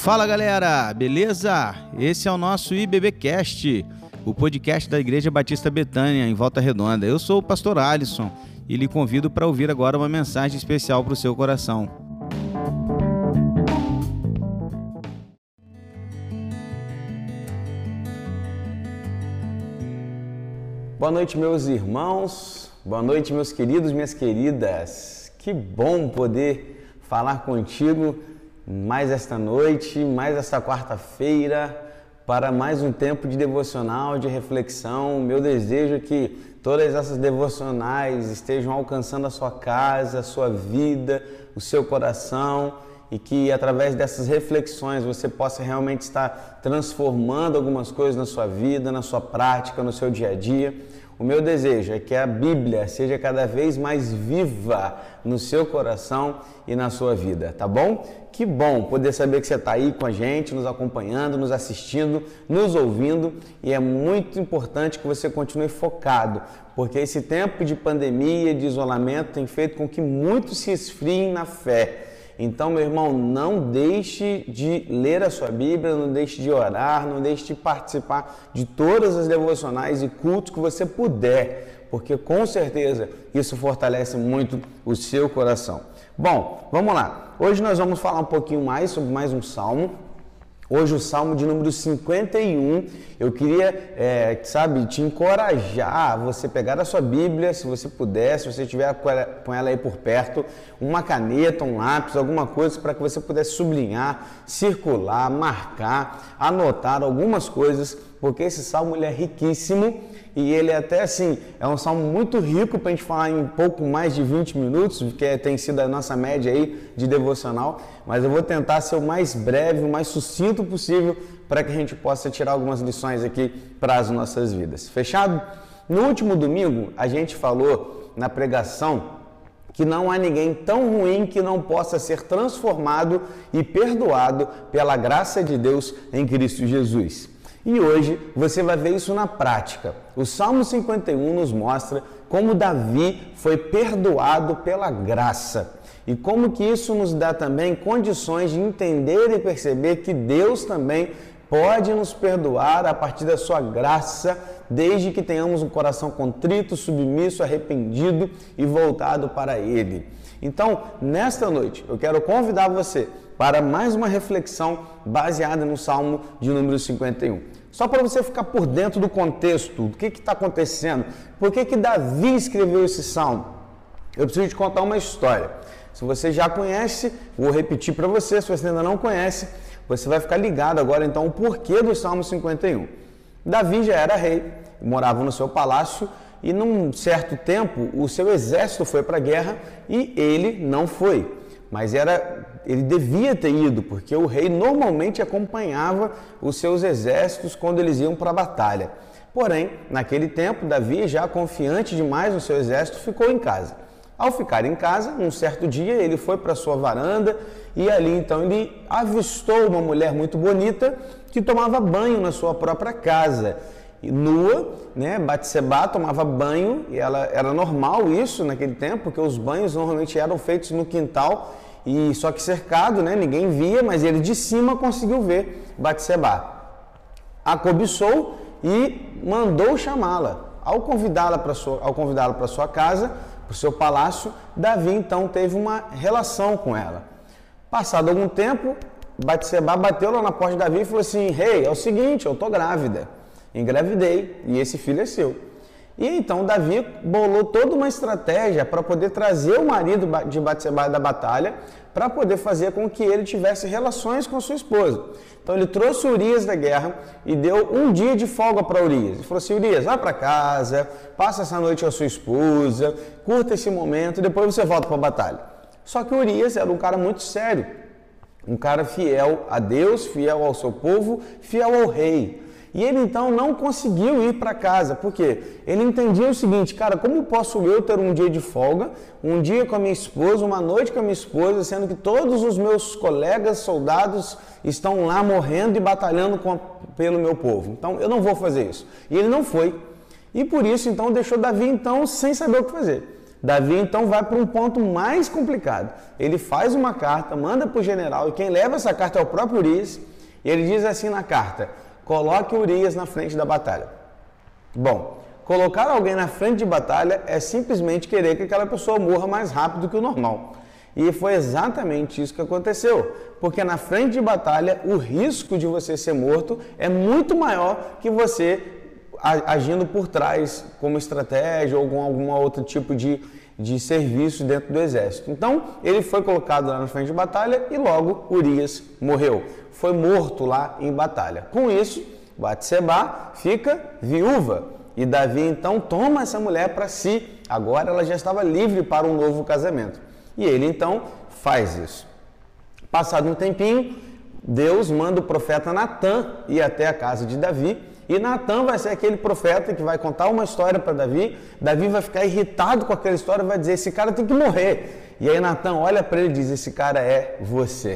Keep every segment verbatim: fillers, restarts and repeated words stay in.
Fala galera, beleza? Esse é o nosso IBBcast, o podcast da Igreja Batista Betânia, em Volta Redonda. Eu sou o pastor Alisson e lhe convido para ouvir agora uma mensagem especial para o seu coração. Boa noite, meus irmãos, boa noite, meus queridos, minhas queridas. Que bom poder falar contigo mais esta noite, mais esta quarta-feira, para mais um tempo de devocional, de reflexão. Meu desejo é que todas essas devocionais estejam alcançando a sua casa, a sua vida, o seu coração, e que através dessas reflexões você possa realmente estar transformando algumas coisas na sua vida, na sua prática, no seu dia a dia. O meu desejo é que a Bíblia seja cada vez mais viva no seu coração e na sua vida, tá bom? Que bom poder saber que você está aí com a gente, nos acompanhando, nos assistindo, nos ouvindo, e é muito importante que você continue focado, porque esse tempo de pandemia, de isolamento, tem feito com que muitos se esfriem na fé. Então, meu irmão, não deixe de ler a sua Bíblia, não deixe de orar, não deixe de participar de todas as devocionais e cultos que você puder, porque com certeza isso fortalece muito o seu coração. Bom, vamos lá. Hoje nós vamos falar um pouquinho mais sobre mais um salmo. Hoje o salmo de número cinquenta e um. Eu queria, é, sabe, te encorajar a você pegar a sua Bíblia, se você puder, se você tiver com ela aí por perto, uma caneta, um lápis, alguma coisa para que você pudesse sublinhar, circular, marcar, anotar algumas coisas, porque esse salmo ele é riquíssimo e ele é até assim, é um salmo muito rico para a gente falar em pouco mais de vinte minutos, que tem sido a nossa média aí de devocional, mas eu vou tentar ser o mais breve, o mais sucinto possível para que a gente possa tirar algumas lições aqui para as nossas vidas. Fechado? No último domingo, a gente falou na pregação que não há ninguém tão ruim que não possa ser transformado e perdoado pela graça de Deus em Cristo Jesus. E hoje você vai ver isso na prática. O Salmo cinquenta e um nos mostra como Davi foi perdoado pela graça e como que isso nos dá também condições de entender e perceber que Deus também pode nos perdoar a partir da sua graça, desde que tenhamos um coração contrito, submisso, arrependido e voltado para Ele. Então, nesta noite, eu quero convidar você para mais uma reflexão baseada no Salmo de número cinquenta e um. Só para você ficar por dentro do contexto, do que está acontecendo, por que que Davi escreveu esse Salmo? Eu preciso te contar uma história. Se você já conhece, vou repetir para você, se você ainda não conhece, você vai ficar ligado agora então o porquê do Salmo cinquenta e um. Davi já era rei, morava no seu palácio, e num certo tempo o seu exército foi para a guerra e ele não foi. Mas era, ele devia ter ido, porque o rei normalmente acompanhava os seus exércitos quando eles iam para a batalha. Porém, naquele tempo, Davi, já confiante demais no seu exército, ficou em casa. Ao ficar em casa, um certo dia, ele foi para a sua varanda e ali então ele avistou uma mulher muito bonita que tomava banho na sua própria casa. Nua, né, Batseba tomava banho, e ela, era normal isso naquele tempo, porque os banhos normalmente eram feitos no quintal, e só que cercado, né, ninguém via, mas ele de cima conseguiu ver Batseba. A cobiçou e mandou chamá-la. Ao convidá-la para sua, ao convidá-la para sua casa, para o seu palácio, Davi então teve uma relação com ela. Passado algum tempo, Batseba bateu lá na porta de Davi e falou assim: "Rei, é o seguinte, eu estou grávida. Engravidei e esse filho é seu." E então Davi bolou toda uma estratégia para poder trazer o marido de Batseba da batalha, para poder fazer com que ele tivesse relações com a sua esposa. Então ele trouxe Urias da guerra e deu um dia de folga para Urias. Ele falou assim: "Urias, vai para casa, passa essa noite com a sua esposa, curta esse momento e depois você volta para a batalha." Só que Urias era um cara muito sério, um cara fiel a Deus, fiel ao seu povo, fiel ao rei. E ele então não conseguiu ir para casa, porque ele entendia o seguinte: cara, como posso eu ter um dia de folga, um dia com a minha esposa, uma noite com a minha esposa, sendo que todos os meus colegas soldados estão lá morrendo e batalhando com a, pelo meu povo? Então eu não vou fazer isso. E ele não foi. E por isso então deixou Davi então sem saber o que fazer. Davi então vai para um ponto mais complicado. Ele faz uma carta, manda para o general, e quem leva essa carta é o próprio Urias, e ele diz assim na carta: coloque Urias na frente da batalha. Bom, colocar alguém na frente de batalha é simplesmente querer que aquela pessoa morra mais rápido que o normal. E foi exatamente isso que aconteceu, porque na frente de batalha o risco de você ser morto é muito maior que você agindo por trás como estratégia ou com algum outro tipo de, de serviço dentro do exército. Então ele foi colocado lá na frente de batalha e logo Urias morreu, foi morto lá em batalha. Com isso, Batseba fica viúva e Davi então toma essa mulher para si. Agora ela já estava livre para um novo casamento. E ele então faz isso. Passado um tempinho, Deus manda o profeta Natã ir até a casa de Davi. E Natã vai ser aquele profeta que vai contar uma história para Davi. Davi vai ficar irritado com aquela história e vai dizer: esse cara tem que morrer. E aí Natã olha para ele e diz: esse cara é você.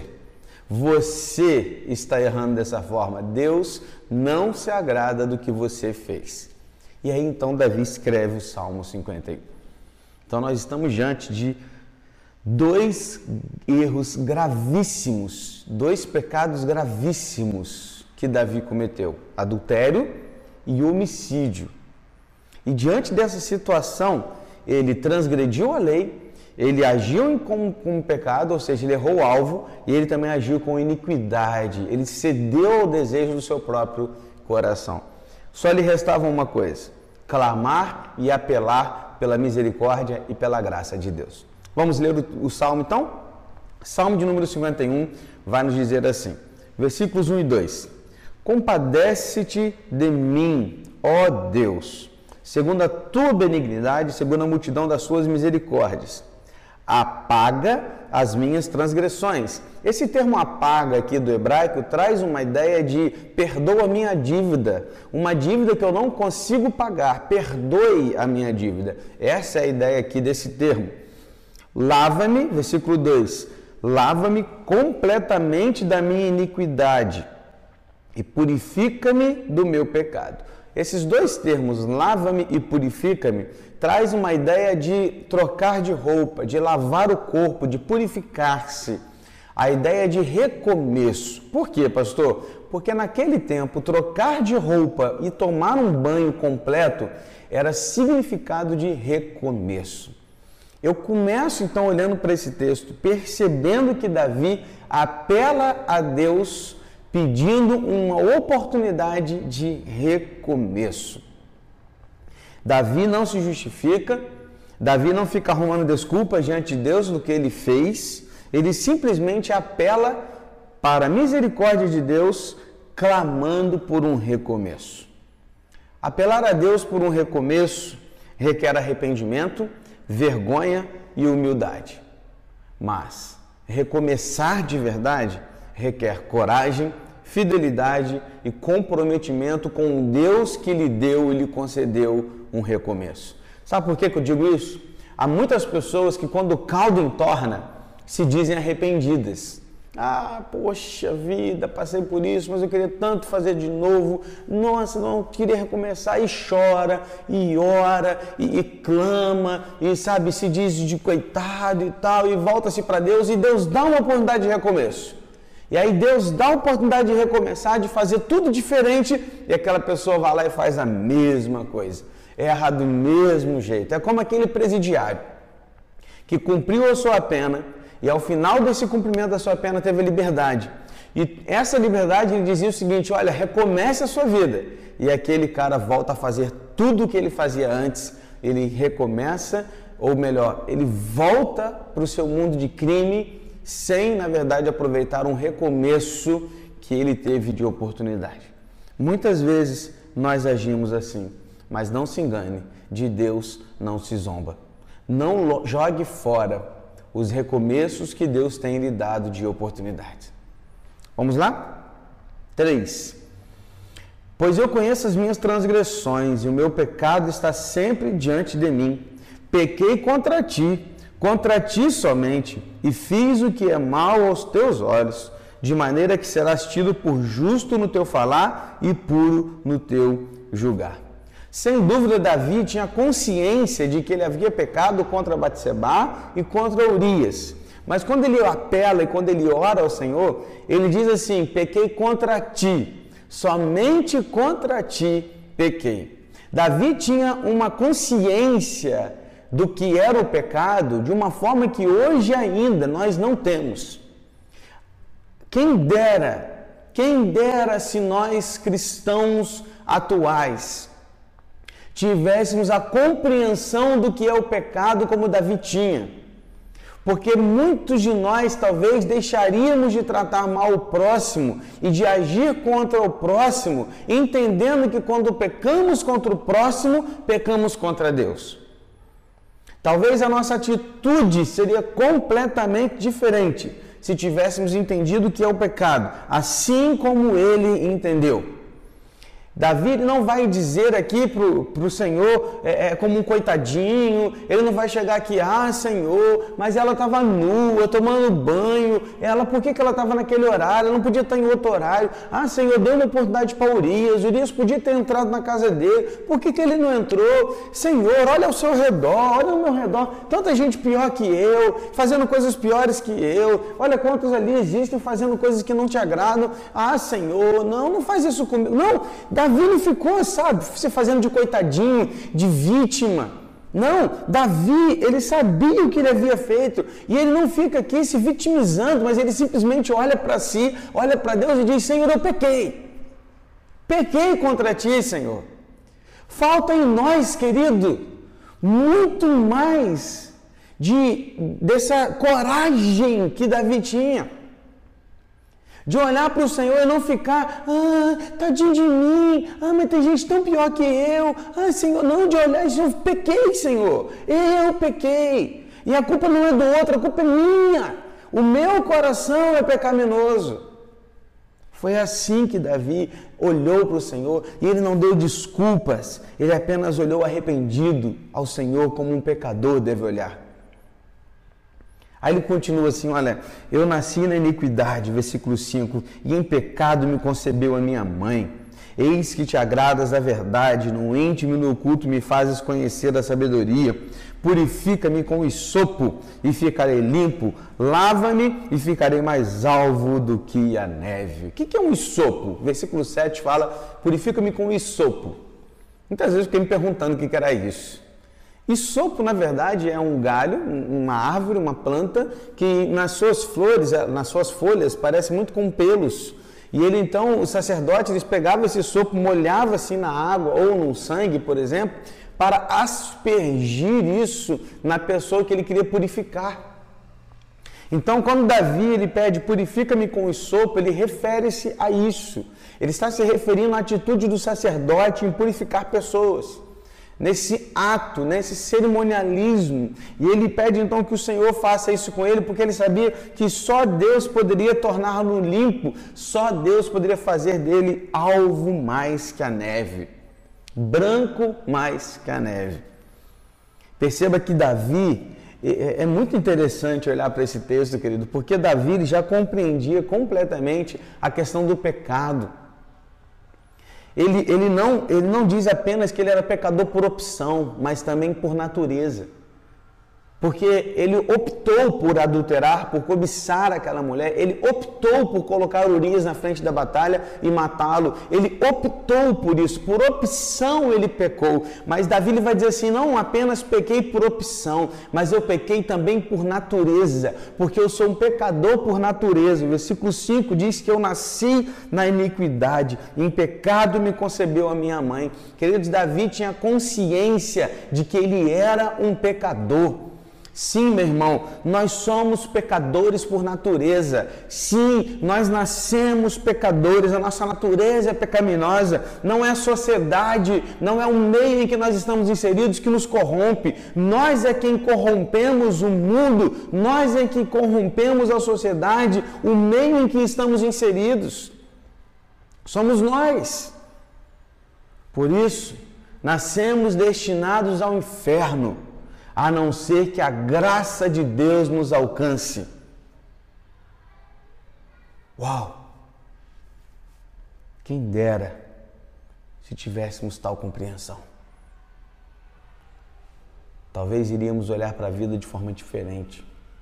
Você está errando dessa forma. Deus não se agrada do que você fez. E aí então Davi escreve o Salmo cinquenta e um. Então nós estamos diante de dois erros gravíssimos, dois pecados gravíssimos que Davi cometeu: adultério e homicídio. E diante dessa situação, ele transgrediu a lei, ele agiu com, com pecado, ou seja, ele errou o alvo, e ele também agiu com iniquidade, ele cedeu ao desejo do seu próprio coração. Só lhe restava uma coisa: clamar e apelar pela misericórdia e pela graça de Deus. Vamos ler o, o Salmo então? Salmo de número cinquenta e um vai nos dizer assim, versículos um e dois. Compadece-te de mim, ó Deus, segundo a tua benignidade, segundo a multidão das suas misericórdias. Apaga as minhas transgressões. Esse termo apaga aqui do hebraico traz uma ideia de perdoa a minha dívida, uma dívida que eu não consigo pagar, perdoe a minha dívida. Essa é a ideia aqui desse termo. Lava-me, versículo dois, lava-me completamente da minha iniquidade e purifica-me do meu pecado. Esses dois termos, lava-me e purifica-me, traz uma ideia de trocar de roupa, de lavar o corpo, de purificar-se. A ideia de recomeço. Por quê, pastor? Porque naquele tempo, trocar de roupa e tomar um banho completo era significado de recomeço. Eu começo então olhando para esse texto, percebendo que Davi apela a Deus pedindo uma oportunidade de recomeço. Davi não se justifica, Davi não fica arrumando desculpas diante de Deus do que ele fez, ele simplesmente apela para a misericórdia de Deus, clamando por um recomeço. Apelar a Deus por um recomeço requer arrependimento, vergonha e humildade. Mas recomeçar de verdade requer coragem, fidelidade e comprometimento com o Deus que lhe deu e lhe concedeu um recomeço. Sabe por que que eu digo isso? Há muitas pessoas que quando o caldo entorna, se dizem arrependidas. Ah, poxa vida, passei por isso, mas eu queria tanto fazer de novo. Nossa, não queria recomeçar. E chora, e ora, e, e clama, e sabe, se diz de coitado e tal, e volta-se para Deus, e Deus dá uma oportunidade de recomeço. E aí Deus dá a oportunidade de recomeçar, de fazer tudo diferente, e aquela pessoa vai lá e faz a mesma coisa. Erra do mesmo jeito. É como aquele presidiário que cumpriu a sua pena, e ao final desse cumprimento da sua pena teve a liberdade. E essa liberdade ele dizia o seguinte: olha, recomece a sua vida. E aquele cara volta a fazer tudo o que ele fazia antes. Ele recomeça, ou melhor, ele volta para o seu mundo de crime sem, na verdade, aproveitar um recomeço que ele teve de oportunidade. Muitas vezes nós agimos assim, mas não se engane, de Deus não se zomba. Não jogue fora os recomeços que Deus tem lhe dado de oportunidade. Vamos lá? três. Pois eu conheço as minhas transgressões e o meu pecado está sempre diante de mim. Pequei contra ti, contra ti somente, e fiz o que é mal aos teus olhos, de maneira que serás tido por justo no teu falar e puro no teu julgar. Sem dúvida, Davi tinha consciência de que ele havia pecado contra Batsebá e contra Urias. Mas quando ele apela e quando ele ora ao Senhor, ele diz assim: pequei contra ti, somente contra ti pequei. Davi tinha uma consciência do que era o pecado de uma forma que hoje ainda nós não temos. Quem dera, quem dera se nós cristãos atuais tivéssemos a compreensão do que é o pecado como Davi tinha. Porque muitos de nós talvez deixaríamos de tratar mal o próximo e de agir contra o próximo, entendendo que quando pecamos contra o próximo, pecamos contra Deus. Talvez a nossa atitude seria completamente diferente se tivéssemos entendido o que é o pecado, assim como ele entendeu. Davi não vai dizer aqui para o Senhor é, é, como um coitadinho, ele não vai chegar aqui, ah Senhor, mas ela estava nua, tomando banho, ela, por que, que ela estava naquele horário, ela não podia estar em outro horário, ah Senhor, deu uma oportunidade para Urias, Urias podia ter entrado na casa dele, por que, que ele não entrou? Senhor, olha ao seu redor, olha ao meu redor, tanta gente pior que eu, fazendo coisas piores que eu, olha quantos ali existem fazendo coisas que não te agradam, ah Senhor, não, não faz isso comigo, não, Davi Davi não ficou, sabe, se fazendo de coitadinho, de vítima. Não, Davi, ele sabia o que ele havia feito. E ele não fica aqui se vitimizando, mas ele simplesmente olha para si, olha para Deus e diz: Senhor, eu pequei. Pequei contra ti, Senhor. Falta em nós, querido, muito mais de, dessa coragem que Davi tinha. De olhar para o Senhor e não ficar, ah, tadinho de mim, ah, mas tem gente tão pior que eu, ah, Senhor, não, de olhar e dizer, eu pequei, Senhor, eu pequei, e a culpa não é do outro, a culpa é minha, o meu coração é pecaminoso. Foi assim que Davi olhou para o Senhor e ele não deu desculpas, ele apenas olhou arrependido ao Senhor como um pecador deve olhar. Aí ele continua assim, olha, eu nasci na iniquidade, versículo cinco, e em pecado me concebeu a minha mãe. Eis que te agradas da verdade, no íntimo e no oculto me fazes conhecer a sabedoria. Purifica-me com hisopo e ficarei limpo, lava-me e ficarei mais alvo do que a neve. O que é um hisopo? Versículo sete fala, purifica-me com hisopo. Muitas vezes eu fiquei me perguntando o que era isso. Hisopo, na verdade, é um galho, uma árvore, uma planta, que nas suas flores, nas suas folhas, parece muito com pelos. E ele, então, os sacerdotes, eles pegavam esse hisopo, molhavam assim na água ou no sangue, por exemplo, para aspergir isso na pessoa que ele queria purificar. Então, quando Davi ele pede, purifica-me com hisopo, ele refere-se a isso. Ele está se referindo à atitude do sacerdote em purificar pessoas. Nesse ato, nesse cerimonialismo, e ele pede então que o Senhor faça isso com ele, porque ele sabia que só Deus poderia torná-lo limpo, só Deus poderia fazer dele alvo mais que a neve, branco mais que a neve. Perceba que Davi, é muito interessante olhar para esse texto, querido, porque Davi ele já compreendia completamente a questão do pecado. Ele, ele, não, ele não diz apenas que ele era pecador por opção, mas também por natureza. Porque ele optou por adulterar, por cobiçar aquela mulher, ele optou por colocar Urias na frente da batalha e matá-lo, ele optou por isso, por opção ele pecou. Mas Davi ele vai dizer assim, não apenas pequei por opção, mas eu pequei também por natureza, porque eu sou um pecador por natureza. O versículo cinco diz que eu nasci na iniquidade, em pecado me concebeu a minha mãe. Queridos, Davi tinha consciência de que ele era um pecador. Sim, meu irmão, nós somos pecadores por natureza. Sim, nós nascemos pecadores, a nossa natureza é pecaminosa. Não é a sociedade, não é o meio em que nós estamos inseridos que nos corrompe. Nós é quem corrompemos o mundo, nós é quem corrompemos a sociedade, o meio em que estamos inseridos. Somos nós. Por isso, nascemos destinados ao inferno, a não ser que a graça de Deus nos alcance. Uau! Quem dera se tivéssemos tal compreensão. talvez iríamos olhar para a vida de forma diferente.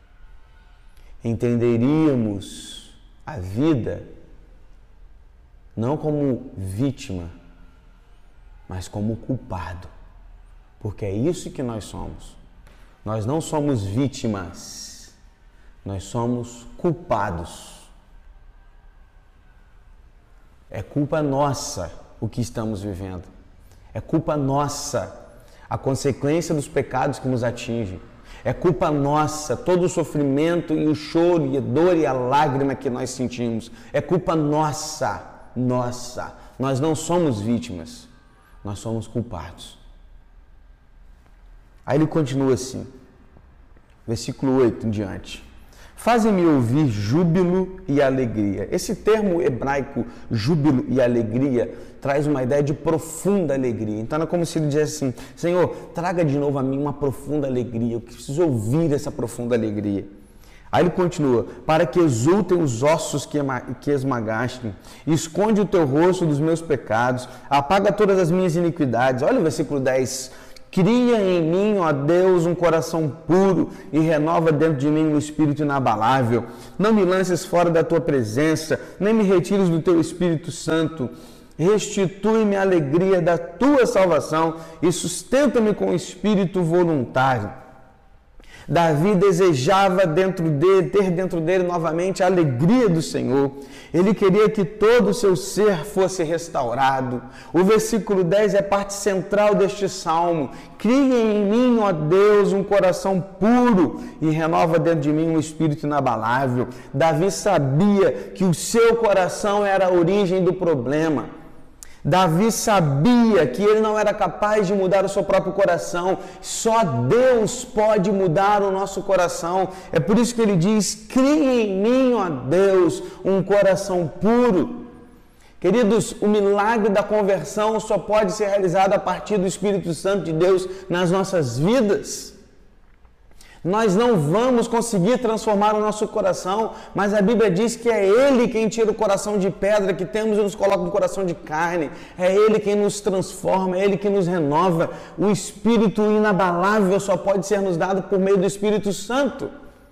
Entenderíamos a vida não como vítima, mas como culpado. Porque é isso que nós somos. Nós não somos vítimas, nós somos culpados. É culpa nossa o que estamos vivendo. É culpa nossa a consequência dos pecados que nos atingem. É culpa nossa todo o sofrimento e o choro e a dor e a lágrima que nós sentimos. É culpa nossa, nossa. Nós não somos vítimas, nós somos culpados. Aí ele continua assim, versículo oito em diante. Fazem-me ouvir júbilo e alegria. Esse termo hebraico, júbilo e alegria, traz uma ideia de profunda alegria. Então é como se ele dissesse assim, Senhor, traga de novo a mim uma profunda alegria. Eu preciso ouvir essa profunda alegria. Aí ele continua, para que exultem os ossos que, que esmagaste, esconde o teu rosto dos meus pecados, apaga todas as minhas iniquidades. Olha o versículo dez. Cria em mim, ó Deus, um coração puro e renova dentro de mim um espírito inabalável. Não me lances fora da tua presença, nem me retires do teu Espírito Santo. Restitui-me a alegria da tua salvação e sustenta-me com o espírito voluntário. Davi desejava dentro dele, ter dentro dele novamente a alegria do Senhor. Ele queria que todo o seu ser fosse restaurado. O versículo dez é a parte central deste salmo. Cria em mim, ó Deus, um coração puro e renova dentro de mim um espírito inabalável. Davi sabia que o seu coração era a origem do problema. Davi sabia que ele não era capaz de mudar o seu próprio coração, só Deus pode mudar o nosso coração. É por isso que ele diz, cria em mim, ó Deus, um coração puro. Queridos, o milagre da conversão só pode ser realizado a partir do Espírito Santo de Deus nas nossas vidas. Nós não vamos conseguir transformar o nosso coração, mas a Bíblia diz que é Ele quem tira o coração de pedra que temos e nos coloca um coração de carne. É Ele quem nos transforma, é Ele que nos renova. O Espírito inabalável só pode ser nos dado por meio do Espírito Santo.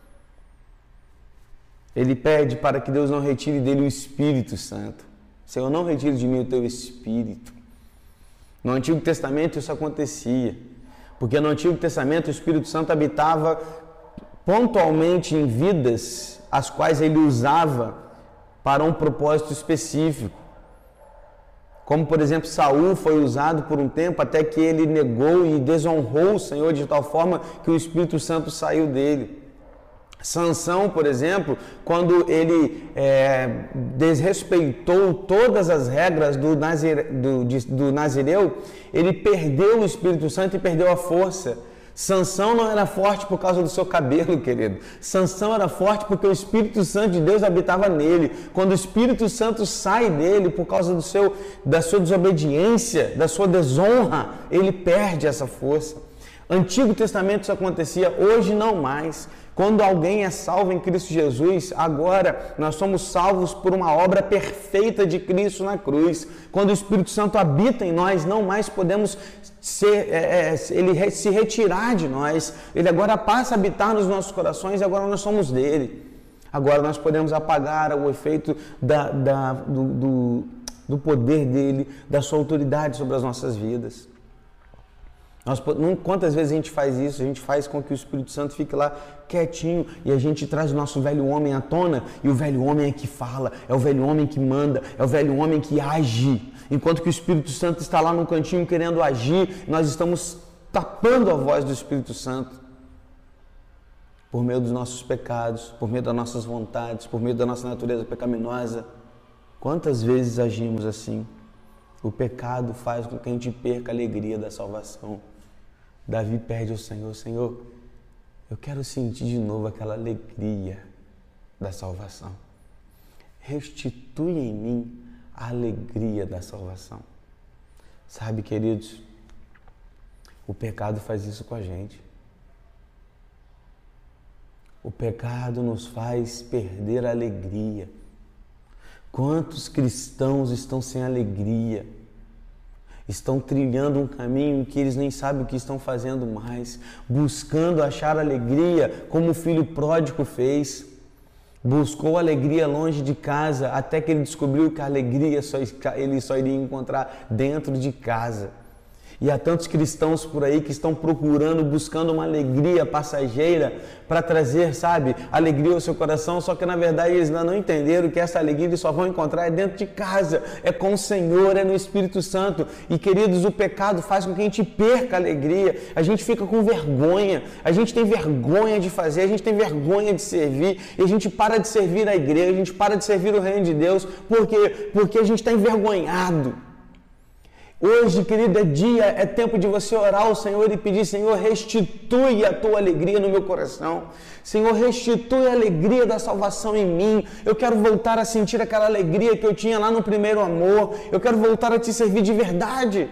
Ele pede para que Deus não retire dele o Espírito Santo. Senhor, não retire de mim o teu Espírito. No Antigo Testamento isso acontecia. Porque no Antigo Testamento o Espírito Santo habitava pontualmente em vidas as quais ele usava para um propósito específico. Como, por exemplo, Saul foi usado por um tempo até que ele negou e desonrou o Senhor de tal forma que o Espírito Santo saiu dele. Sansão, por exemplo, quando ele é, desrespeitou todas as regras do, nazire, do, de, do Nazireu, ele perdeu o Espírito Santo e perdeu a força. Sansão não era forte por causa do seu cabelo, querido. Sansão era forte porque o Espírito Santo de Deus habitava nele. Quando o Espírito Santo sai dele por causa do seu, da sua desobediência, da sua desonra, ele perde essa força. Antigo Testamento isso acontecia, hoje não mais. Quando alguém é salvo em Cristo Jesus, agora nós somos salvos por uma obra perfeita de Cristo na cruz. Quando o Espírito Santo habita em nós, não mais podemos ser, é, é, ele se retirar de nós. Ele agora passa a habitar nos nossos corações e agora nós somos dele. Agora nós podemos apagar o efeito da, da, do, do, do poder dele, da sua autoridade sobre as nossas vidas. Nós, quantas vezes a gente faz isso? A gente faz com que o Espírito Santo fique lá quietinho e a gente traz o nosso velho homem à tona e o velho homem é que fala, é o velho homem que manda, é o velho homem que age. Enquanto que o Espírito Santo está lá no cantinho querendo agir, nós estamos tapando a voz do Espírito Santo por meio dos nossos pecados, por meio das nossas vontades, por meio da nossa natureza pecaminosa. Quantas vezes agimos assim? O pecado faz com que a gente perca a alegria da salvação. Davi pede ao Senhor, Senhor, eu quero sentir de novo aquela alegria da salvação. Restitui em mim a alegria da salvação. Sabe, queridos, o pecado faz isso com a gente. O pecado nos faz perder a alegria. Quantos cristãos estão sem alegria? estão trilhando um caminho que eles nem sabem o que estão fazendo mais, buscando achar alegria, como o filho pródigo fez. Buscou alegria longe de casa, até que ele descobriu que a alegria só, ele só iria encontrar dentro de casa. E há tantos cristãos por aí que estão procurando, buscando uma alegria passageira para trazer, sabe, alegria ao seu coração, só que na verdade eles ainda não entenderam que essa alegria eles só vão encontrar dentro de casa, é com o Senhor, é no Espírito Santo. E queridos, o pecado faz com que a gente perca a alegria, a gente fica com vergonha, a gente tem vergonha de fazer, a gente tem vergonha de servir, e a gente para de servir a igreja, a gente para de servir o reino de Deus, por quê? Porque a gente está envergonhado. Hoje, querido, é dia, é tempo de você orar ao Senhor e pedir: Senhor, restitui a tua alegria no meu coração. Senhor, restitui a alegria da salvação em mim. Eu quero voltar a sentir aquela alegria que eu tinha lá no primeiro amor. Eu quero voltar a te servir de verdade.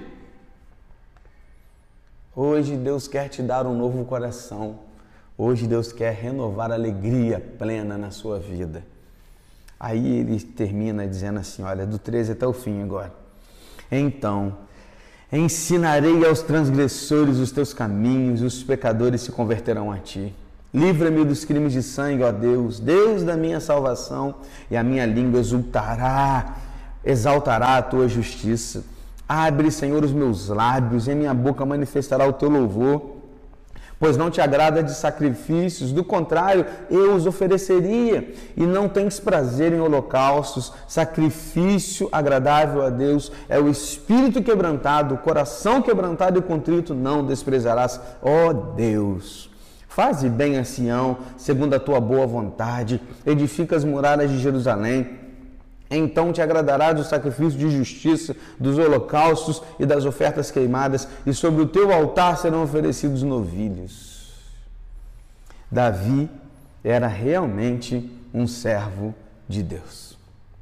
Hoje Deus quer te dar um novo coração. Hoje Deus quer renovar a alegria plena na sua vida. Aí ele termina dizendo assim, olha, do treze até o fim agora. Então, ensinarei aos transgressores os teus caminhos, e os pecadores se converterão a ti. Livra-me dos crimes de sangue, ó Deus, Deus da minha salvação, e a minha língua exultará, exaltará a tua justiça. Abre, Senhor, os meus lábios, e a minha boca manifestará o teu louvor. Pois não te agrada de sacrifícios, do contrário, eu os ofereceria. E não tens prazer em holocaustos, sacrifício agradável a Deus é o espírito quebrantado, o coração quebrantado e contrito não desprezarás, ó Deus. Faze bem a Sião, segundo a tua boa vontade, edifica as muralhas de Jerusalém. Então te agradará do sacrifício de justiça, dos holocaustos e das ofertas queimadas, e sobre o teu altar serão oferecidos novilhos. Davi era realmente um servo de Deus.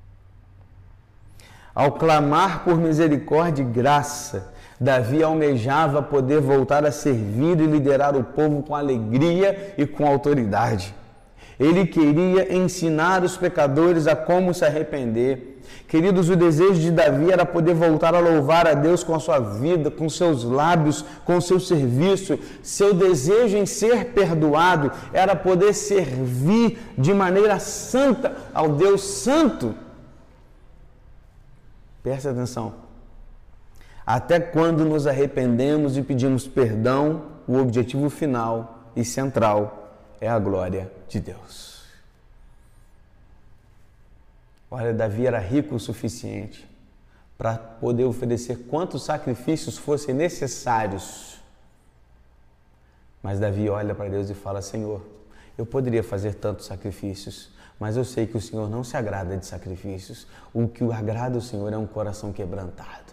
Ao clamar por misericórdia e graça, Davi almejava poder voltar a servir e liderar o povo com alegria e com autoridade. Ele queria ensinar os pecadores a como se arrepender. Queridos, o desejo de Davi era poder voltar a louvar a Deus com a sua vida, com seus lábios, com o seu serviço. Seu desejo em ser perdoado era poder servir de maneira santa ao Deus Santo. Preste atenção. Até quando nos arrependemos e pedimos perdão, o objetivo final e central é a glória de Deus. Olha, Davi era rico o suficiente para poder oferecer quantos sacrifícios fossem necessários. Mas Davi olha para Deus e fala: Senhor, eu poderia fazer tantos sacrifícios, mas eu sei que o Senhor não se agrada de sacrifícios. O que agrada ao Senhor é um coração quebrantado.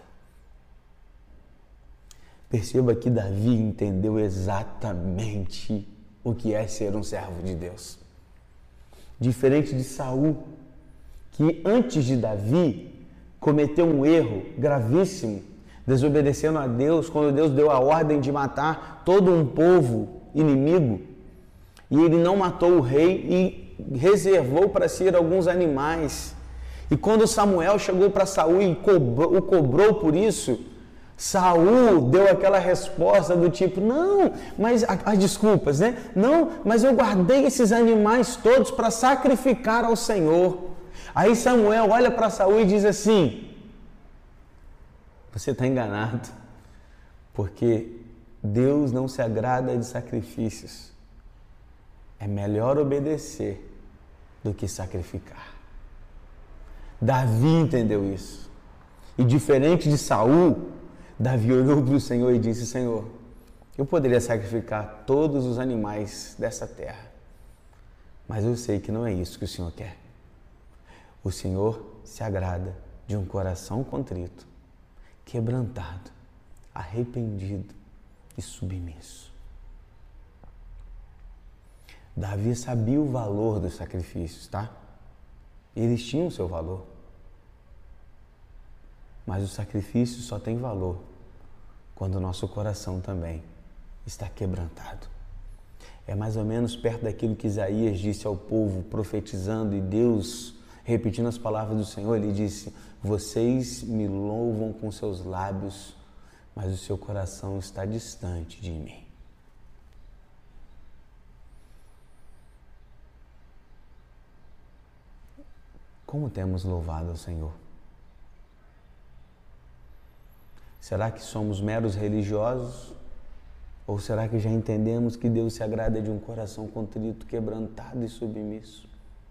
Perceba que Davi entendeu exatamente o que é ser um servo de Deus. Diferente de Saul, que antes de Davi cometeu um erro gravíssimo, desobedecendo a Deus, quando Deus deu a ordem de matar todo um povo inimigo, e ele não matou o rei e reservou para si alguns animais. E quando Samuel chegou para Saul e cobrou, o cobrou por isso, Saul deu aquela resposta do tipo: não, mas as desculpas, né? Não, mas eu guardei esses animais todos para sacrificar ao Senhor. Aí Samuel olha para Saul e diz assim: você está enganado, porque Deus não se agrada de sacrifícios. É melhor obedecer do que sacrificar. Davi entendeu isso. E diferente de Saul, Davi olhou para o Senhor e disse: Senhor, eu poderia sacrificar todos os animais dessa terra, mas eu sei que não é isso que o Senhor quer. O Senhor se agrada de um coração contrito, quebrantado, arrependido e submisso. Davi sabia o valor dos sacrifícios, tá? Eles tinham o seu valor. Mas o sacrifício só tem valor quando o nosso coração também está quebrantado. É mais ou menos perto daquilo que Isaías disse ao povo, profetizando, e Deus, repetindo as palavras do Senhor, ele disse: vocês me louvam com seus lábios, mas o seu coração está distante de mim. Como temos louvado ao Senhor? Será que somos meros religiosos? Ou será que já entendemos que Deus se agrada de um coração contrito, quebrantado e submisso?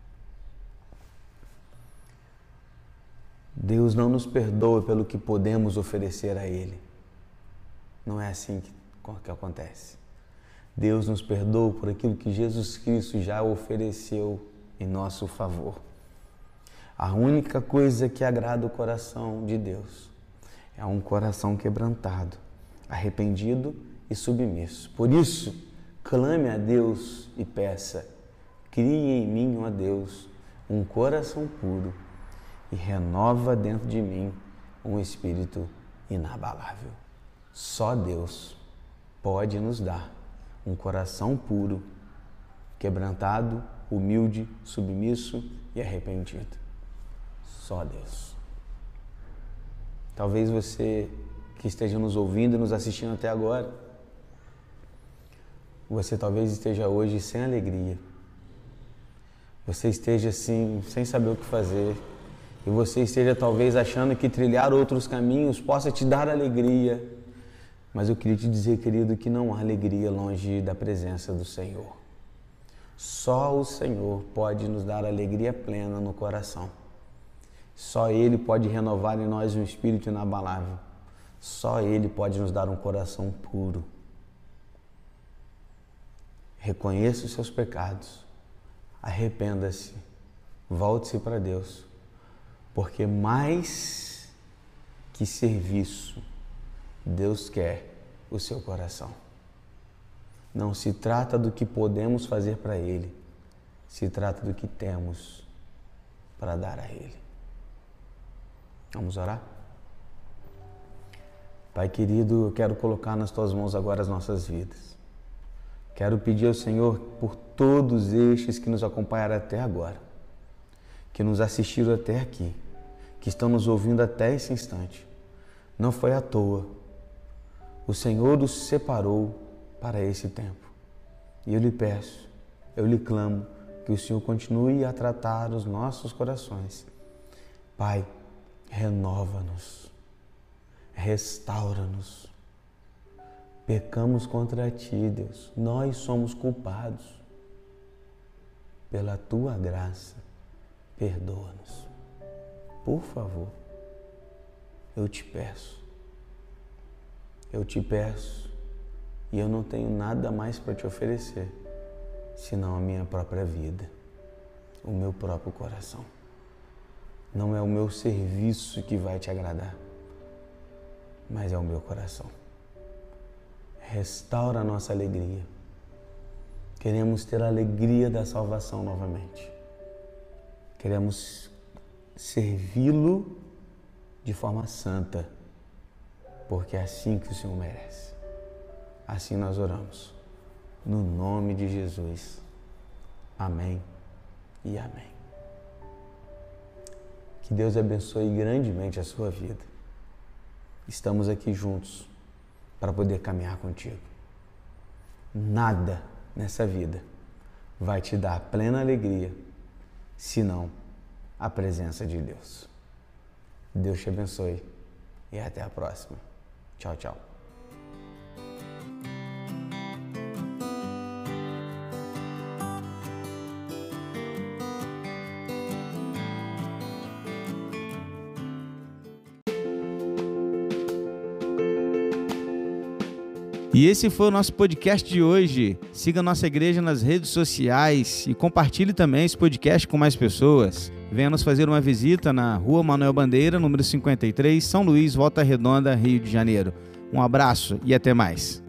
Deus não nos perdoa pelo que podemos oferecer a Ele. Não é assim que, que acontece. Deus nos perdoa por aquilo que Jesus Cristo já ofereceu em nosso favor. A única coisa que agrada o coração de Deus é um coração quebrantado, arrependido e submisso. Por isso, clame a Deus e peça: crie em mim, ó Deus, um coração puro e renova dentro de mim um espírito inabalável. Só Deus pode nos dar um coração puro, quebrantado, humilde, submisso e arrependido. Só Deus. Talvez você que esteja nos ouvindo e nos assistindo até agora, você talvez esteja hoje sem alegria. Você esteja assim, sem saber o que fazer. E você esteja talvez achando que trilhar outros caminhos possa te dar alegria. Mas eu queria te dizer, querido, que não há alegria longe da presença do Senhor. Só o Senhor pode nos dar alegria plena no coração. Só Ele pode renovar em nós um espírito inabalável. Só Ele pode nos dar um coração puro. Reconheça os seus pecados. Arrependa-se. Volte-se para Deus. Porque mais que serviço, Deus quer o seu coração. Não se trata do que podemos fazer para Ele. Se trata do que temos para dar a Ele. Vamos orar? Pai querido, eu quero colocar nas Tuas mãos agora as nossas vidas. Quero pedir ao Senhor por todos estes que nos acompanharam até agora, que nos assistiram até aqui, que estão nos ouvindo até esse instante. Não foi à toa. O Senhor os separou para esse tempo. E eu lhe peço, eu lhe clamo, que o Senhor continue a tratar os nossos corações. Pai, renova-nos, restaura-nos. Pecamos contra Ti, Deus. Nós somos culpados. Pela Tua graça, perdoa-nos. Por favor, eu te peço. Eu te peço e eu não tenho nada mais para te oferecer, senão a minha própria vida, o meu próprio coração. Não é o meu serviço que vai te agradar, mas é o meu coração. Restaura a nossa alegria. Queremos ter a alegria da salvação novamente. Queremos servi-lo de forma santa, porque é assim que o Senhor merece. Assim nós oramos. No nome de Jesus. Amém e amém. Que Deus abençoe grandemente a sua vida. Estamos aqui juntos para poder caminhar contigo. Nada nessa vida vai te dar plena alegria, senão a presença de Deus. Deus te abençoe e até a próxima. Tchau, tchau. E esse foi o nosso podcast de hoje. Siga nossa igreja nas redes sociais e compartilhe também esse podcast com mais pessoas. Venha nos fazer uma visita na Rua Manuel Bandeira, número cinquenta e três, São Luís, Volta Redonda, Rio de Janeiro. Um abraço e até mais.